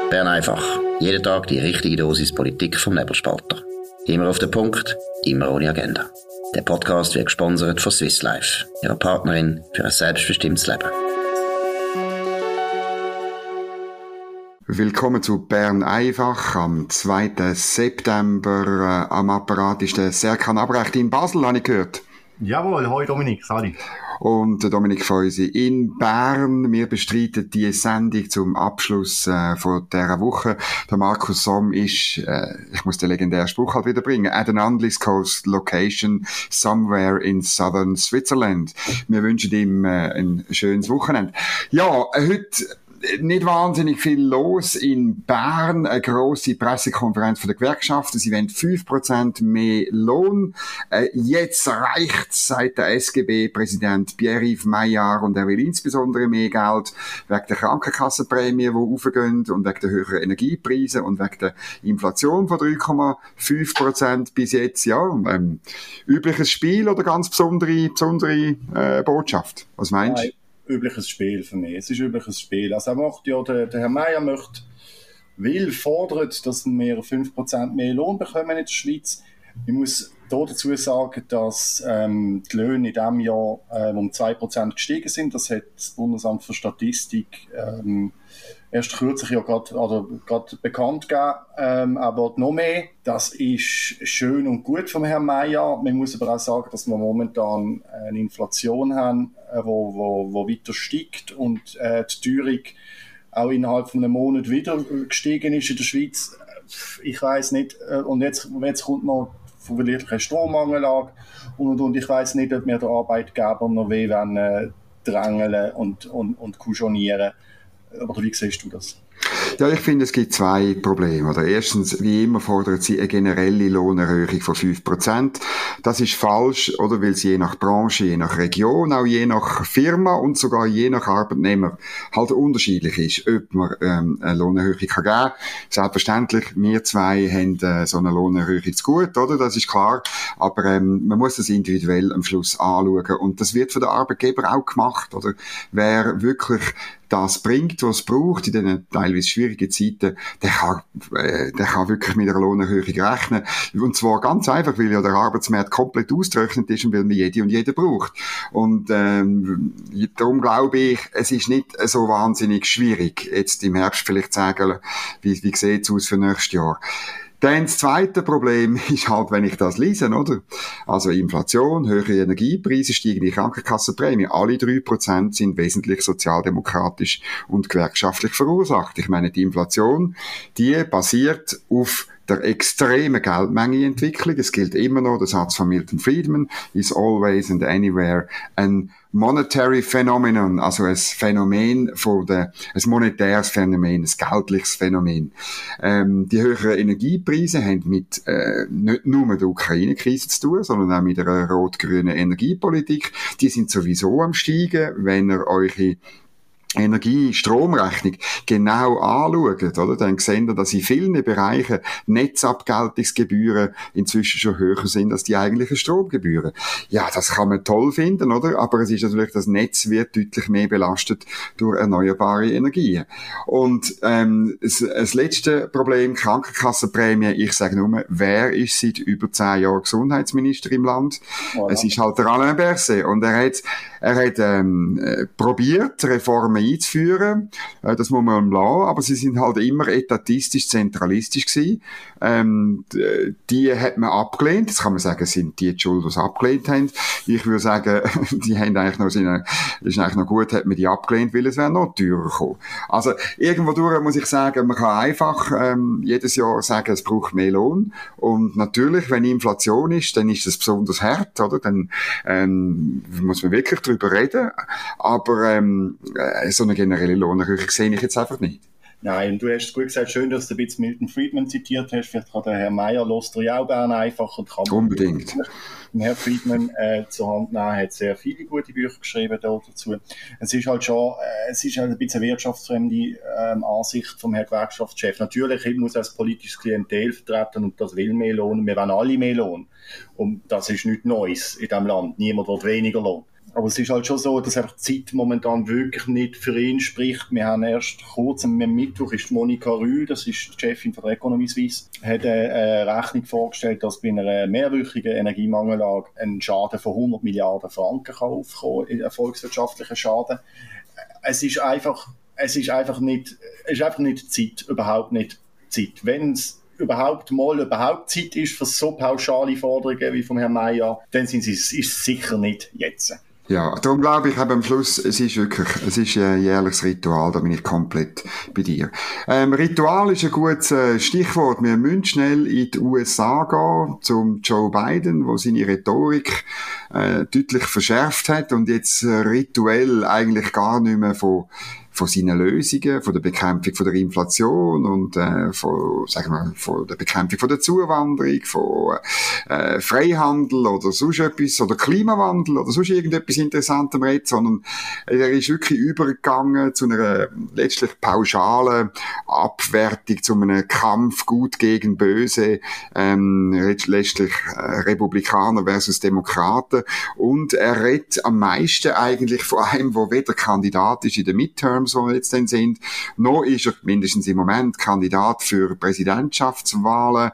Bern einfach. Jeden Tag die richtige Dosis Politik vom Nebelspalter. Immer auf den Punkt, immer ohne Agenda. Der Podcast wird gesponsert von Swiss Life, ihrer Partnerin für ein selbstbestimmtes Leben. Willkommen zu Bern einfach. Am 2. September am Apparat ist der Serkan Abrecht in Basel, habe ich gehört. Jawohl, hoi Dominik, sali. Und Dominik Feusi in Bern. Wir bestreiten die Sendung zum Abschluss von dieser Woche. Der Markus Somm ist, ich muss den legendären Spruch halt wieder bringen, at an undisclosed location somewhere in southern Switzerland. Wir wünschen ihm ein schönes Wochenende. Ja, heute nicht wahnsinnig viel los in Bern. Eine grosse Pressekonferenz von der Gewerkschaften. Sie wollen 5% mehr Lohn. Jetzt reicht's, sagt der SGB-Präsident Pierre-Yves Maillard, und er will insbesondere mehr Geld wegen der Krankenkassenprämie, die raufgehen, und wegen der höheren Energiepreise und wegen der Inflation von 3,5% bis jetzt. Ja, übliches Spiel oder ganz besondere Botschaft? Was meinst du? Übliches Spiel für mich. Es ist übliches Spiel. Also er möchte ja, der Herr Maillard fordert, dass wir 5% mehr Lohn bekommen in der Schweiz. Ich muss hier dazu sagen, dass die Löhne in diesem Jahr um 2% gestiegen sind. Das hat das Bundesamt für Statistik erst kürzlich ja gerade bekannt gegeben. Aber noch mehr, das ist schön und gut vom Herrn Maillard. Man muss aber auch sagen, dass wir momentan eine Inflation haben, wo weiter steigt, und die Teuerung auch innerhalb von einem Monat wieder gestiegen ist in der Schweiz. Ich weiss nicht, und jetzt kommt noch vielleicht eine Strommangellage und ich weiss nicht, ob wir den Arbeitgeber noch drängeln und kuschonieren. Oder wie siehst du das? Ja, ich finde, es gibt zwei Probleme. Oder erstens, wie immer fordert sie eine generelle Lohnerhöhung von 5%. Das ist falsch, oder? Weil es je nach Branche, je nach Region, auch je nach Firma und sogar je nach Arbeitnehmer halt unterschiedlich ist, ob man eine Lohnerhöhung kann geben. Selbstverständlich, wir zwei haben so eine Lohnerhöhung zu gut, oder? Das ist klar. Aber man muss das individuell am Schluss anschauen. Und das wird von den Arbeitgebern auch gemacht, oder? Wer wirklich das bringt, was es braucht in diesen teilweise schwierigen Zeiten, der kann wirklich mit einer Lohnerhöhung rechnen. Und zwar ganz einfach, weil ja der Arbeitsmarkt komplett ausgetrocknet ist und weil man jede und jeder braucht. Und darum glaube ich, es ist nicht so wahnsinnig schwierig, jetzt im Herbst vielleicht zu sagen, wie sieht es aus für nächstes Jahr. Dann das zweite Problem ist halt, wenn ich das lese, oder? Also Inflation, höhere Energiepreise, steigende Krankenkassenprämie. Alle 3% sind wesentlich sozialdemokratisch und gewerkschaftlich verursacht. Ich meine, die Inflation, die basiert auf der extremen Geldmengenentwicklung. Es gilt immer noch der Satz von Milton Friedman, is always and anywhere an monetary phenomenon, also ein Phänomen ein monetäres Phänomen, ein geldliches Phänomen. Die höheren Energiepreise haben mit nicht nur der Ukraine-Krise zu tun, sondern auch mit einer rot-grünen Energiepolitik. Die sind sowieso am Steigen, wenn ihr eure Stromrechnung genau anschaut, oder? Dann sehen wir, dass in vielen Bereichen Netzabgeltungsgebühren inzwischen schon höher sind als die eigentlichen Stromgebühren. Ja, das kann man toll finden, oder? Aber es ist natürlich, das Netz wird deutlich mehr belastet durch erneuerbare Energien. Und das letzte Problem, Krankenkassenprämie, ich sage nur, wer ist seit über 10 Jahren Gesundheitsminister im Land? Voilà. Es ist halt der Alain Berset, und er hat probiert, Reformen einzuführen. Das muss man ihm lassen, aber sie sind halt immer etatistisch, zentralistisch gewesen. Die hat man abgelehnt. Jetzt kann man sagen, sind die schuld, die es abgelehnt haben. Ich würde sagen, die haben eigentlich das ist eigentlich noch gut, hat man die abgelehnt, weil es wäre noch teurer gekommen. Also, irgendwo durch muss ich sagen, man kann einfach jedes Jahr sagen, es braucht mehr Lohn. Und natürlich, wenn Inflation ist, dann ist das besonders hart, oder? Dann muss man wirklich drüber reden. Aber so eine generelle Lohnerhöhung sehe ich jetzt einfach nicht. Nein, du hast es gut gesagt, schön, dass du ein bisschen Milton Friedman zitiert hast. Vielleicht kann der Herr Maillard ja auch Bern einfach und kann unbedingt den Herr Friedman zur Hand nehmen. Er hat sehr viele gute Bücher geschrieben dazu. Es ist halt ein bisschen eine wirtschaftsfremde Ansicht vom Herrn Gewerkschaftschef. Natürlich muss er das politisches Klientel vertreten und das will mehr Lohn. Wir wollen alle mehr Lohn. Und das ist nichts Neues in diesem Land. Niemand will weniger Lohn. Aber es ist halt schon so, dass einfach die Zeit momentan wirklich nicht für ihn spricht. Wir haben erst kurz am Mittwoch ist Monika Rühl, das ist die Chefin von der Economy Suisse, hat eine Rechnung vorgestellt, dass bei einer mehrwöchigen Energiemangellage ein Schaden von 100 Milliarden Franken kann aufkommen, ein volkswirtschaftlicher Schaden. Es ist einfach nicht Zeit, überhaupt nicht Zeit. Wenn es überhaupt Zeit ist für so pauschale Forderungen wie vom Herrn Mayer, dann ist es sicher nicht jetzt. Ja, darum glaube ich am Schluss, es ist ein jährliches Ritual, da bin ich komplett bei dir. Ritual ist ein gutes Stichwort. Wir müssen schnell in die USA gehen, zum Joe Biden, der seine Rhetorik deutlich verschärft hat und jetzt rituell eigentlich gar nicht mehr von seinen Lösungen, von der Bekämpfung von der Inflation und von der Bekämpfung von der Zuwanderung, von Freihandel oder sonst etwas, oder Klimawandel oder sonst irgendetwas Interessantem redet, sondern er ist wirklich übergegangen zu einer letztlich pauschalen Abwertung, zu einem Kampf gut gegen böse, letztlich Republikaner versus Demokraten, und er redet am meisten eigentlich von einem, der weder Kandidat ist in den Midterms, wo wir jetzt dann sind, noch ist er mindestens im Moment Kandidat für Präsidentschaftswahlen,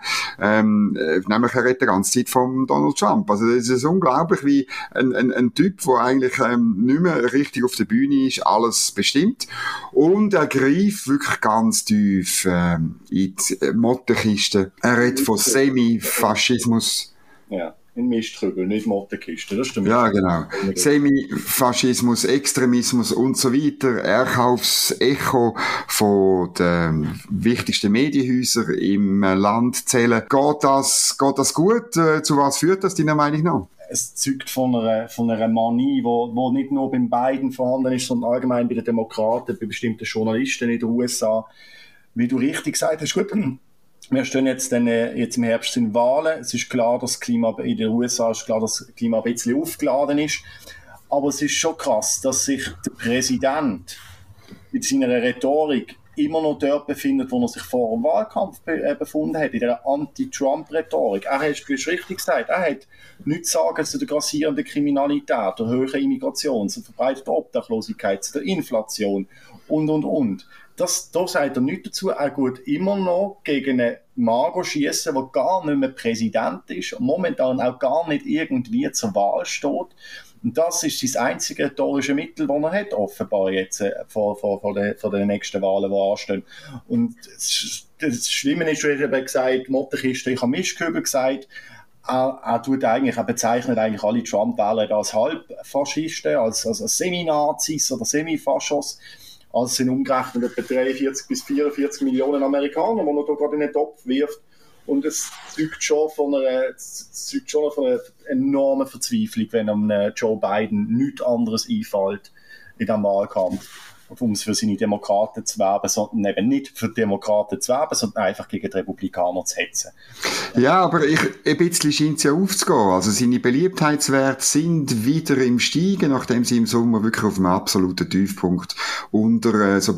nämlich er redet die ganze Zeit von Donald Trump. Also das ist unglaublich, wie ein Typ, der eigentlich nicht mehr richtig auf der Bühne ist, alles bestimmt, und er greift wirklich ganz tief in die Mottenkiste. Er redet von Semifaschismus. Ja. In Mistkrübel, nicht Mottenkiste, das stimmt. Ja, genau. Semifaschismus, Extremismus und so weiter. Er kauft das Echo von den wichtigsten Medienhäusern im Land zählen. Geht das gut? Zu was führt das deiner Meinung nach? Es zeugt von einer Manie, wo nicht nur beim Biden vorhanden ist, sondern allgemein bei den Demokraten, bei bestimmten Journalisten in den USA. Wie du richtig gesagt hast, gut, wir stehen jetzt im Herbst in Wahlen. Es ist klar, dass das Klima in den USA ein bisschen aufgeladen ist. Aber es ist schon krass, dass sich der Präsident mit seiner Rhetorik immer noch dort befindet, wo er sich vor dem Wahlkampf befunden hat, in der Anti-Trump-Rhetorik. Du hast richtig gesagt, er hat nichts zu sagen zu der grassierenden Kriminalität, der hohen Immigration, zur verbreiteten Obdachlosigkeit, zu der Inflation und. Da sagt er nichts dazu. Er geht immer noch gegen einen Mago schiessen, der gar nicht mehr Präsident ist, momentan auch gar nicht irgendwie zur Wahl steht. Und das ist sein einziges rhetorische Mittel, das er hat, offenbar jetzt vor den nächsten Wahlen, die anstehen. Und das Schlimme ist, wie er gesagt, Mottenkiste, ich habe Mischkübel gesagt, er bezeichnet eigentlich alle Trump-Wähler als Halbfaschisten, als Semi-Nazis oder Semi-Faschos. Also sind umgerechnet etwa 43 bis 44 Millionen Amerikaner, die er da gerade in den Topf wirft. Und es zeugt schon von einer enormen Verzweiflung, wenn einem Joe Biden nichts anderes einfällt in diesem Wahlkampf, um es für seine Demokraten zu werben, sondern eben nicht für die Demokraten zu werben, sondern einfach gegen die Republikaner zu hetzen. Ja, aber ein bisschen scheint es ja aufzugehen. Also seine Beliebtheitswerte sind wieder im Steigen, nachdem sie im Sommer wirklich auf einem absoluten Tiefpunkt unter so bei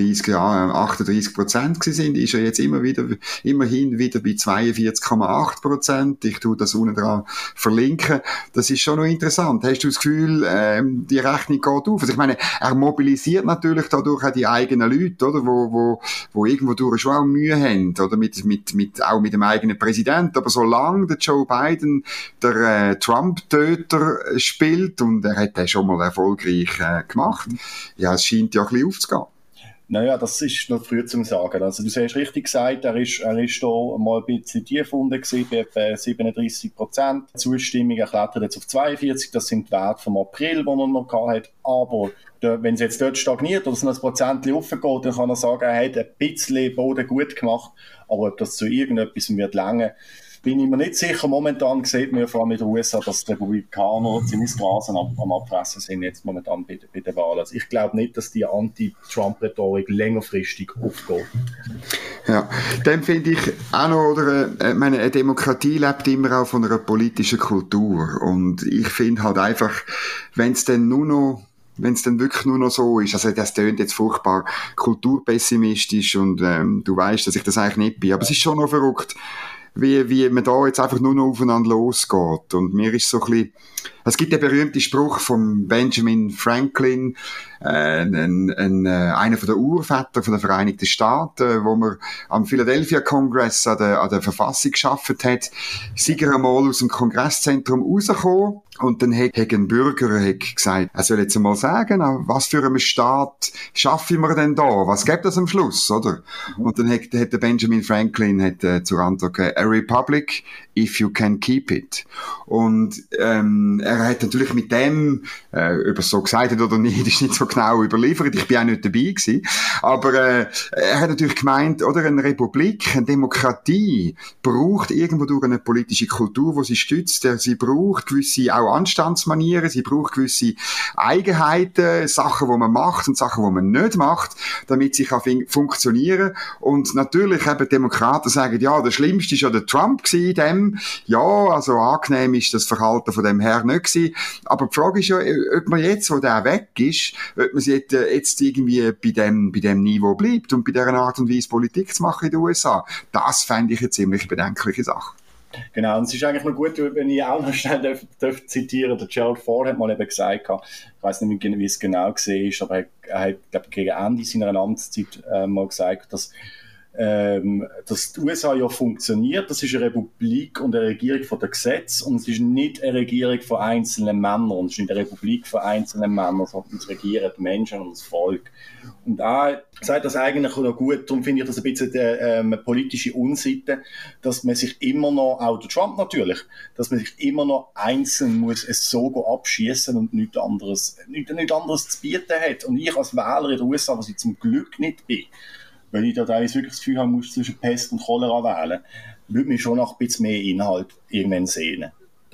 38% sind, ist er jetzt immerhin wieder bei 42,8%. Ich tue das unten dran verlinken. Das ist schon noch interessant. Hast du das Gefühl, die Rechnung geht auf? Also ich meine, er mobilisiert natürlich dadurch auch die eigenen Leute, oder, wo irgendwo durch schon auch Mühe haben, oder auch mit dem eigenen Präsidenten. Aber solange der Joe Biden der Trump-Töter spielt, und er hat das schon mal erfolgreich gemacht, ja, es scheint ja ein bisschen aufzugehen. Naja, das ist noch früh zum Sagen. Also du hast richtig gesagt, er ist da mal ein bisschen tief unten gewesen, bei etwa 37%. Die Zustimmung klettert jetzt auf 42%, das sind die Werte vom April, die er noch gehabt hat. Aber wenn es jetzt dort stagniert oder es noch ein Prozentchen raufgeht, dann kann er sagen, er hat ein bisschen Boden gut gemacht. Aber ob das zu irgendetwas wird länger, bin ich mir nicht sicher. Momentan sieht man ja vor allem in den USA, dass die Republikaner ziemlich Gras am Abfressen sind jetzt momentan bei den Wahlen. Also ich glaube nicht, dass die Anti-Trump-Rhetorik längerfristig aufgeht. Ja, dann finde ich auch noch, eine Demokratie lebt immer auch von einer politischen Kultur. Und ich finde halt einfach, wenn es dann wirklich nur noch so ist, also das tönt jetzt furchtbar kulturpessimistisch und du weißt, dass ich das eigentlich nicht bin, aber es ist schon noch verrückt, wie man da jetzt einfach nur noch aufeinander losgeht. Und mir ist so ein Es gibt den berühmten Spruch von Benjamin Franklin, einer von der Urväter von den Vereinigten Staaten, wo man am Philadelphia Congress an der Verfassung geschafft hat, sei er einmal aus dem Kongresszentrum rausgekommen und dann hat ein Bürger gesagt, er soll jetzt einmal sagen, was für einen Staat schaffen wir denn da? Was gibt es am Schluss, oder? Und dann hat der Benjamin Franklin zur Antwort gegeben, a republic if you can keep it. Und er hat natürlich mit dem, ob er es so gesagt hat oder nicht, ist nicht so genau überliefert, ich bin auch nicht dabei gewesen, aber er hat natürlich gemeint, oder, eine Republik, eine Demokratie braucht irgendwo durch eine politische Kultur, die sie stützt, sie braucht gewisse auch Anstandsmanieren, sie braucht gewisse Eigenheiten, Sachen, die man macht und Sachen, die man nicht macht, damit sie kann funktionieren. Und natürlich eben Demokraten sagen, ja, der Schlimmste ist ja der Trump gewesen, dem, ja, also angenehm ist das Verhalten von dem Herrn nicht gewesen. Aber die Frage ist ja, ob man jetzt, wo der weg ist, ob man jetzt irgendwie bei dem Niveau bleibt und bei dieser Art und Weise Politik zu machen in den USA. Das fände ich eine ziemlich bedenkliche Sache. Genau, und es ist eigentlich noch gut, wenn ich auch noch schnell darf zitieren, der Gerald Ford hat mal eben gesagt, ich weiss nicht, wie es genau gesehen ist, aber er hat, glaube ich, gegen Ende seiner Amtszeit mal gesagt, dass die USA ja funktioniert. Das ist eine Republik und eine Regierung von den Gesetzen und es ist nicht eine Regierung von einzelnen Männern. Es ist nicht eine Republik von einzelnen Männern, sondern es regieren die Menschen und das Volk. Und er sagt das eigentlich noch gut, darum finde ich das ein bisschen eine politische Unsitte, dass man sich immer noch, auch der Trump natürlich, dass man sich immer noch einzeln muss es so abschießen und nichts anderes zu bieten hat. Und ich als Wähler in den USA, was ich zum Glück nicht bin, weil ich da teilweise wirklich das Gefühl habe, muss zwischen Pest und Cholera wählen, würde mich schon nach ein bisschen mehr Inhalt irgendwann sehnen.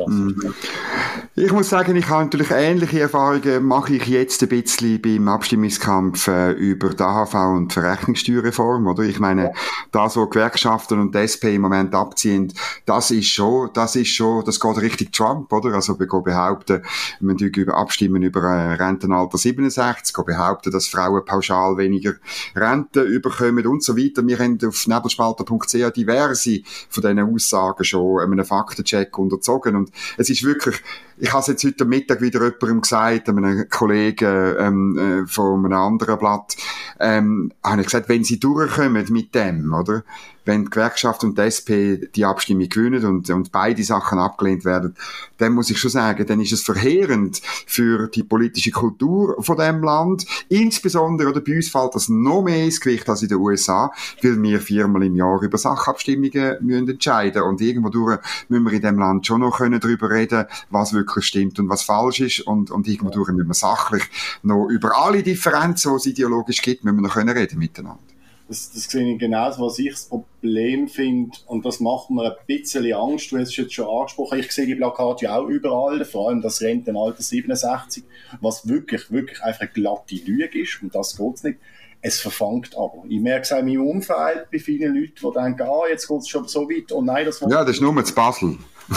Ich muss sagen, ich habe natürlich ähnliche Erfahrungen, mache ich jetzt ein bisschen beim Abstimmungskampf über die AHV und die Verrechnungssteuerreform, oder? Ich meine, das, was Gewerkschaften und die SP im Moment abziehen, das geht Richtung Trump, oder? Also, wir behaupten, wir abstimmen über Rentenalter 67, behaupten, dass Frauen pauschal weniger Rente bekommen und so weiter. Wir haben auf nebelspalter.ch diverse von diesen Aussagen schon einem Faktencheck unterzogen. Und es ist wirklich, ich habe es jetzt heute Mittag wieder jemandem gesagt, einem Kollegen von einem anderen Blatt, habe ich gesagt, wenn sie durchkommen mit dem, oder? Wenn die Gewerkschaft und die SP die Abstimmung gewinnen und beide Sachen abgelehnt werden, dann muss ich schon sagen, dann ist es verheerend für die politische Kultur von dem Land. Insbesondere, oder bei uns fällt das noch mehr ins Gewicht als in den USA, weil wir 4-mal im Jahr über Sachabstimmungen müssen entscheiden. Und irgendwo durch müssen wir in dem Land schon noch darüber reden, was wirklich stimmt und was falsch ist. Und irgendwo durch müssen wir sachlich noch über alle Differenzen, die es ideologisch gibt, müssen wir noch reden miteinander. Das sehe ich genauso, was ich das Problem finde, und das macht mir ein bisschen Angst, du hast es jetzt schon angesprochen, ich sehe die Plakate ja auch überall, vor allem das Rentenalter 67, was wirklich, wirklich einfach eine glatte Lüge ist, und das geht's nicht. Es verfangt aber. Ich merke es auch in meinem Umfeld bei vielen Leuten, die denken, jetzt geht es schon so weit, und nein, das... Ja, das ist nur zu Basel.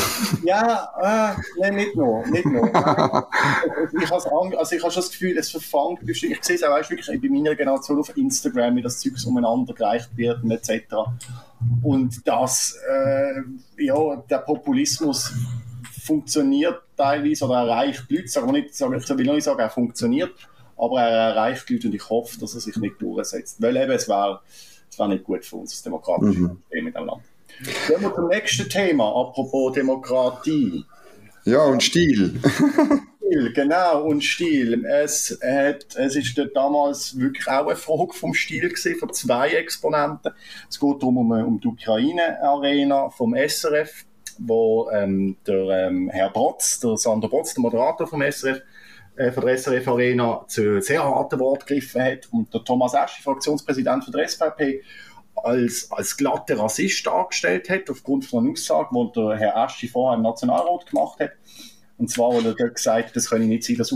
Ja, nein, nicht nur. Ich habe schon das Gefühl, es verfangt. Ich sehe es auch wirklich bei meiner Generation auf Instagram, wie das Zeug umeinander gereicht wird und etc. Und das, der Populismus funktioniert teilweise oder erreicht Leute. Ich will noch nicht sagen, er funktioniert, aber er erreicht Leute und ich hoffe, dass er sich nicht durchsetzt. Weil eben, es wäre nicht gut für uns, das demokratische System in diesem Land. Gehen wir zum nächsten Thema, apropos Demokratie. Ja, und Stil. Genau, und Stil. Es ist damals wirklich auch eine Frage vom Stil gewesen, von 2 Exponenten. Es geht um die Ukraine-Arena vom SRF, wo der Herr Brotz, der Sander Brotz, der Moderator vom SRF, von der SRF-Arena zu sehr harten Wort gegriffen hat und der Thomas Eschi, Fraktionspräsident von der SVP, als glatter Rassist dargestellt hat, aufgrund von einer Aussage, die der Herr Eschi vorher im Nationalrat gemacht hat. Und zwar, weil er dort gesagt hat, das könne nicht sein, dass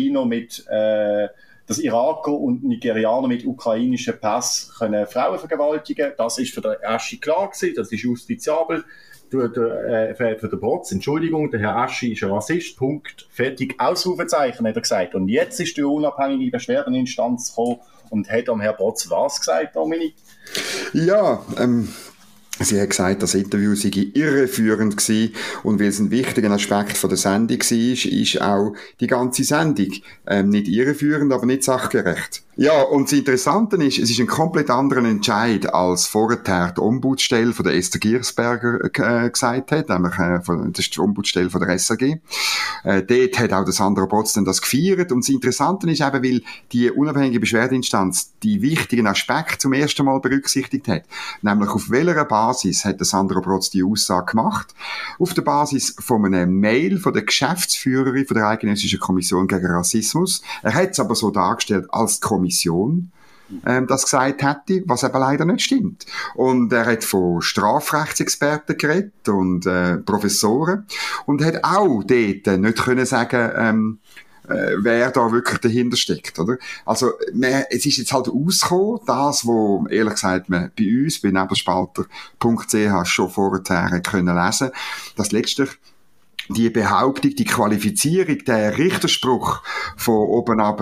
dass Iraker und Nigerianer mit ukrainischen Pass können Frauen vergewaltigen. Das ist für den Eschi klar gewesen, das ist justiziabel. Für den Brotz, Entschuldigung, der Herr Eschi ist ein Rassist, Punkt, fertig, Ausrufezeichen, hat er gesagt. Und jetzt ist die unabhängige Beschwerdeninstanz gekommen und hat am Herrn Brotz was gesagt, Dominik? Ja, Sie hat gesagt, das Interview sei irreführend gewesen und weil es ein wichtiger Aspekt von der Sendung war, ist auch die ganze Sendung nicht irreführend, aber nicht sachgerecht. Ja, und das Interessante ist, es ist ein komplett anderer Entscheid, als vorher die Ombudsstelle von der Esther Giersberger gesagt hat, nämlich das ist die Ombudsstelle von der SRG. Dort hat auch der Sandra Botz dann das gefeiert und das Interessante ist eben, weil die unabhängige Beschwerdeinstanz die wichtigen Aspekte zum ersten Mal berücksichtigt hat, nämlich auf welcher Basis hat der Sandra Botz die Aussage gemacht? Auf der Basis von einem Mail von der Geschäftsführerin von der Eidgenössischen Kommission gegen Rassismus. Er hat es aber so dargestellt als Kommission das gesagt hätte, was eben leider nicht stimmt. Und er hat von Strafrechtsexperten geredet und Professoren und hat auch dort nicht können sagen, wer da wirklich dahinter steckt, oder? Also, es ist jetzt halt rausgekommen, das, wo, ehrlich gesagt, man bei uns, bei nebelspalter.ch schon vorher können lesen, dass letztlich die Behauptung, die Qualifizierung, der Richterspruch von oben ab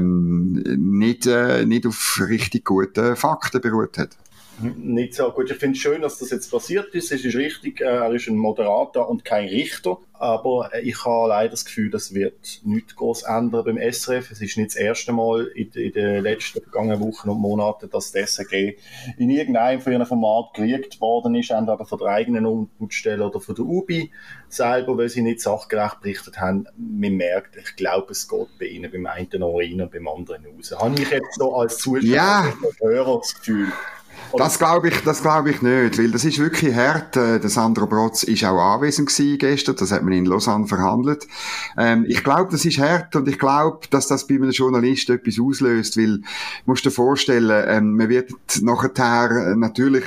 nicht auf richtig gute Fakten beruht hat. Nicht so gut. Ich finde es schön, dass das jetzt passiert ist. Es ist richtig, er ist ein Moderator und kein Richter. Aber ich habe leider das Gefühl, das wird nichts groß ändern beim SRF. Es ist nicht das erste Mal in den letzten vergangenen Wochen und Monaten, dass die SRG in irgendeinem von ihren Formaten geleakt worden ist, entweder von der eigenen Ombudsstelle oder von der UBI selber, weil sie nicht sachgerecht berichtet haben. Man merkt, ich glaube, es geht bei ihnen beim einen noch rein und beim anderen raus. Habe ich jetzt so als Zuschauer Hörer das Gefühl. Das glaube ich nicht, weil das ist wirklich hart. Der Sandra Botz ist auch anwesend gewesen gestern, das hat man in Lausanne verhandelt. Ich glaube, das ist hart und ich glaube, dass das bei einem Journalisten etwas auslöst, weil, du musst dir vorstellen, man wird nachher natürlich,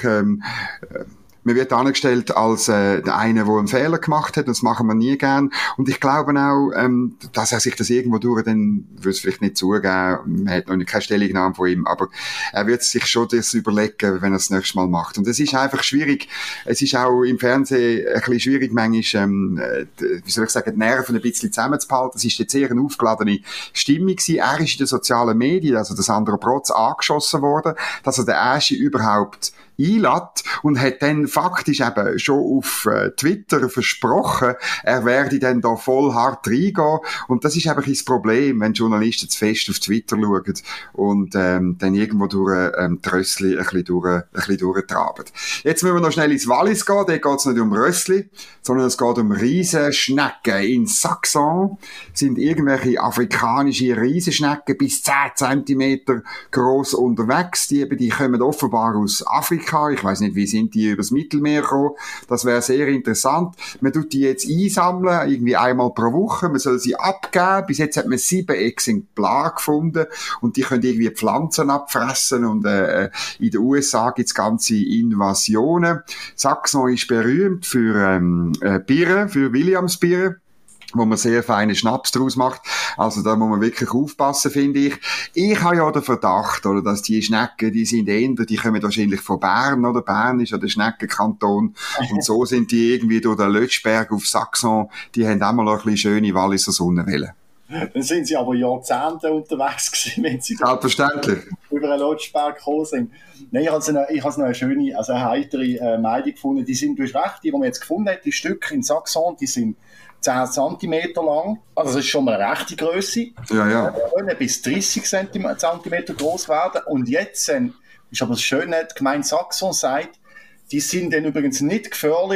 man wird angestellt als der eine, der einen Fehler gemacht hat, das machen wir nie gern. Und ich glaube auch, dass er sich das irgendwo durch, dann würde es vielleicht nicht zugeben, man hat noch keine Stellungnahme von ihm, aber er wird sich schon das überlegen, wenn er es das nächste Mal macht. Und es ist einfach schwierig, es ist auch im Fernsehen ein bisschen schwierig, manchmal, wie soll ich sagen, die Nerven ein bisschen zusammenzuhalten. Es ist jetzt eher eine aufgeladene Stimmung gewesen. Er ist in den sozialen Medien, also der Sandra Botz, angeschossen worden, dass er den Aschi überhaupt einlädt und hat dann faktisch eben schon auf Twitter versprochen, er werde dann da voll hart reingehen. Und das ist eben das Problem, wenn Journalisten zu fest auf Twitter schauen und dann irgendwo durch die Rössli ein bisschen durchtraben. Jetzt müssen wir noch schnell ins Wallis gehen. Dort geht es nicht um Rössli, sondern es geht um Riesenschnecken. In Saxon sind irgendwelche afrikanische Riesenschnecken bis 10 Zentimeter gross unterwegs. Die kommen offenbar aus Afrika. Ich weiss nicht, wie sind die übers Mittelmeer gekommen. Das wäre sehr interessant. Man tut die jetzt einsammeln, irgendwie einmal pro Woche. Man soll sie abgeben. Bis jetzt hat man 7 Exemplare gefunden und die können irgendwie Pflanzen abfressen und in den USA gibt es ganze Invasionen. Saxon ist berühmt für Birnen, für Williamsbirnen, wo man sehr feine Schnaps draus macht. Also da muss man wirklich aufpassen, finde ich. Ich habe ja den Verdacht, oder, dass die Schnecken, die sind eher, die kommen wahrscheinlich von Bern, oder? Bern ist ja der Schneckenkanton. Und so sind die irgendwie durch den Lötschberg auf Saxon, die haben auch mal ein bisschen schöne Walliser Sonnenwellen. Dann sind sie aber Jahrzehnte unterwegs gewesen, wenn sie selbstverständlich über einen Lotschberg gekommen sind. Nein, ich habe noch eine schöne, also eine heitere Meldung gefunden. Die sind durch recht, die man jetzt gefunden hat, die Stücke in Saxon, die sind 10 cm lang. Also das ist schon mal eine rechte Grösse. Ja. Die können bis 30 cm groß werden. Und jetzt ist aber das Schöne, die Gemeinde Saxon sagt, die sind dann übrigens nicht gefährlich,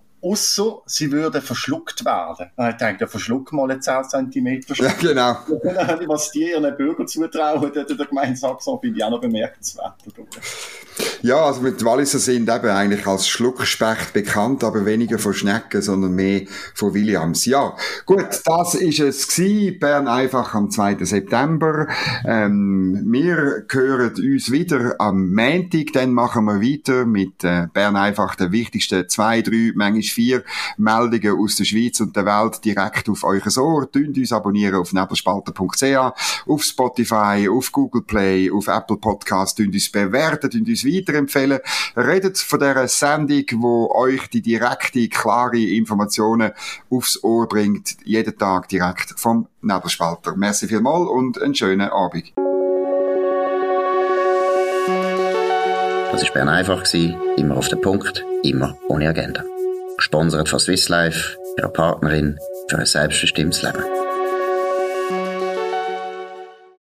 ausser sie würden verschluckt werden. Ich denke, verschluck mal einen 10 cm. Ja, genau. Was die ihren Bürgern zutrauen, der Gemeinde Saxon, finde ich auch noch bemerkenswert. Ja, also mit Walliser sind eben eigentlich als Schluckspecht bekannt, aber weniger von Schnecken, sondern mehr von Williams. Ja, gut, das ist es gewesen. Bern einfach am 2. September. Wir hören uns wieder am Montag, dann machen wir weiter mit Bern einfach den wichtigsten 2, 3, manchmal 4 Meldungen aus der Schweiz und der Welt direkt auf euer Ohr. Tönt uns abonnieren auf nebelspalter.ch, auf Spotify, auf Google Play, auf Apple Podcasts, tönt uns bewerten, tönt uns weiterempfehlen. Redet von dieser Sendung, wo euch die direkte, klare Informationen aufs Ohr bringt, jeden Tag direkt vom Nebelspalter. Merci vielmals und einen schönen Abend. Das war Bern einfach, immer auf den Punkt, immer ohne Agenda. Gesponsert von Swiss Life, ihrer Partnerin für ein selbstbestimmtes Leben.